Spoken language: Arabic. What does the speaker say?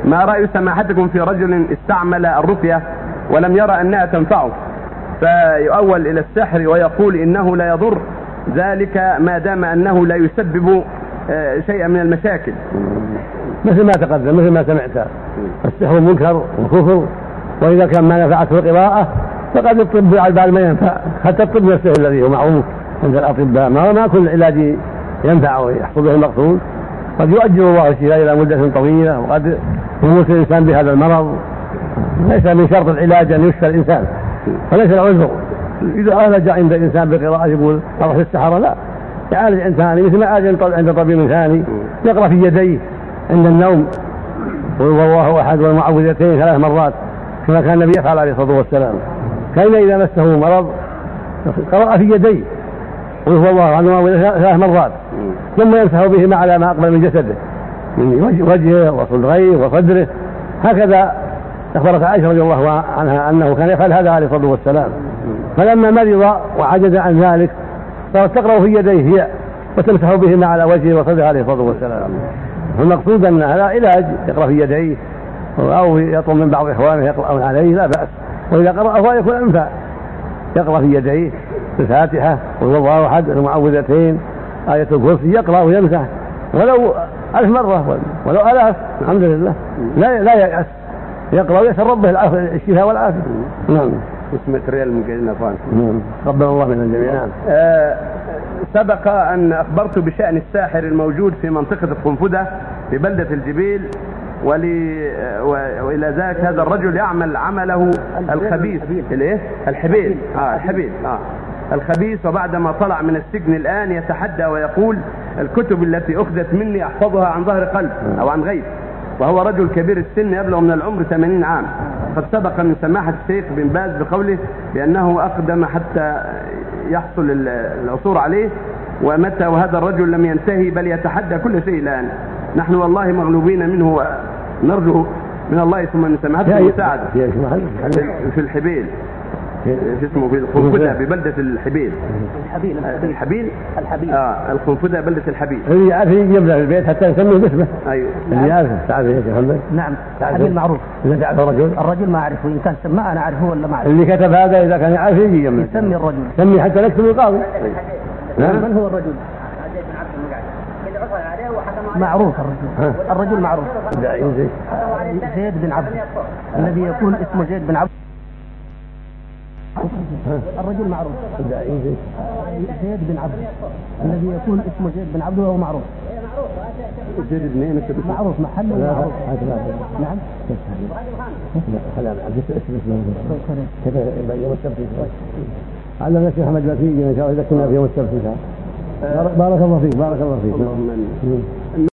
ما رأي سماحتكم في رجل استعمل الرقية ولم يرى أنها تنفعه فيؤول إلى السحر ويقول إنه لا يضر ذلك ما دام أنه لا يسبب شيئا من المشاكل؟ مثل ما تقدم، مثل ما سمعت، السحر منكر وكفر، وإذا كان ما نفعته القراءة فقد الطب على بعد ما ينفع، حتى الطب نفسه الذي هو معروف عند الأطباء ما كل علاج ينفع ويحصل به المقصود، قد يؤجل الله الشفاء إلى مدة طويلة، وقد يموت الإنسان بهذا المرض. ليس من شرط العلاج أن يشفى الإنسان، فليس العذر إذا عالج عند الإنسان بالقراءة يقول طرف السحرة، لا، يعالج عند ثاني مثل ما عالج عند طبيب ثاني، يقرأ في يديه عند النوم قل هو الله أحد والمعوذتين 3 مرات كما كان النبي يفعل عليه الصلاة والسلام. كان إذا مسه مرض قرأ في يديه قل هو الله أحد والمعوذتين 3 مرات، ثم يمسح بهما على ما أقبل من جسده من وجهه وصدغيه وصدره. هكذا أخبرت عائشة رضي الله عنها أنه كان يفعل هذا عليه الصلاة والسلام. فلما مرض وعجز عن ذلك صارت تقرأ في يديه هي وتمسح بهما على وجهه وصدره عليه الصلاة والسلام. المقصود أن هذا علاج، يقرأ في يديه أو يطلب من بعض إخوانه يقرأون عليه لا بأس، وإذا قرأ يكون أنفع، يقرأ في يديه الفاتحة وهو الله أحد المعوذتين آية الكرسي، يقرأ ويمسح ولو 1000 مرة ولو 1000 الحمد لله، لا ييأس، يقرأ ويسأل ربه الشفاء والعافية. نعم. اسمك ريال من قيلنا فان. قبل الله من الجميع. نعم. سبق أن أخبرت بشأن الساحر الموجود في منطقة القنفذة في بلدة الجبيل، وإلى ذلك هذا الرجل يعمل عمله الخبيث الخبيث، وبعدما طلع من السجن الآن يتحدى ويقول الكتب التي أخذت مني أحفظها عن ظهر قلب أو عن غيب، وهو رجل كبير السن يبلغ من العمر 80 عام. قد سبق من سماحة الشيخ بن باز بقوله بأنه أقدم حتى يحصل العثور عليه، وهذا الرجل لم ينتهي بل يتحدى كل شيء الآن. نحن والله مغلوبين منه ونرجو من الله ثم من سماحته المساعدة في الحبيل، في اسمه في القنفذة ببلدة الحبيل. القنفذة بلدة الحبيل. اللي يعرف يجيب له البيت حتى نسميه باسمه. أيوه. اللي يعرف تعرف يا شيخ محمد. نعم. الحبيل معروف. إذا تعرف الرجل ما أعرفه، إن كان سماه أنا أعرفه ولا ما أعرفه. اللي كتب هذا إذا كان يعرف يجي يسمي الرجل. سمي حتى نكتب القاضي. من هو الرجل؟ معروف الرجل معروف. زيد بن عبد الذي يكون اسمه زيد بن عبد. الرجل معروف. زيد بن عبد الذي يكون اسمه زيد بن عبد وهو معروف. زيد بن ايه معروف محله معروف. نعم. كذا يوم السبت علمنا الشيخ محمد بن فيه ان شاء الله اذا كنا في يوم السبت ان شاء الله. بارك الله فيك.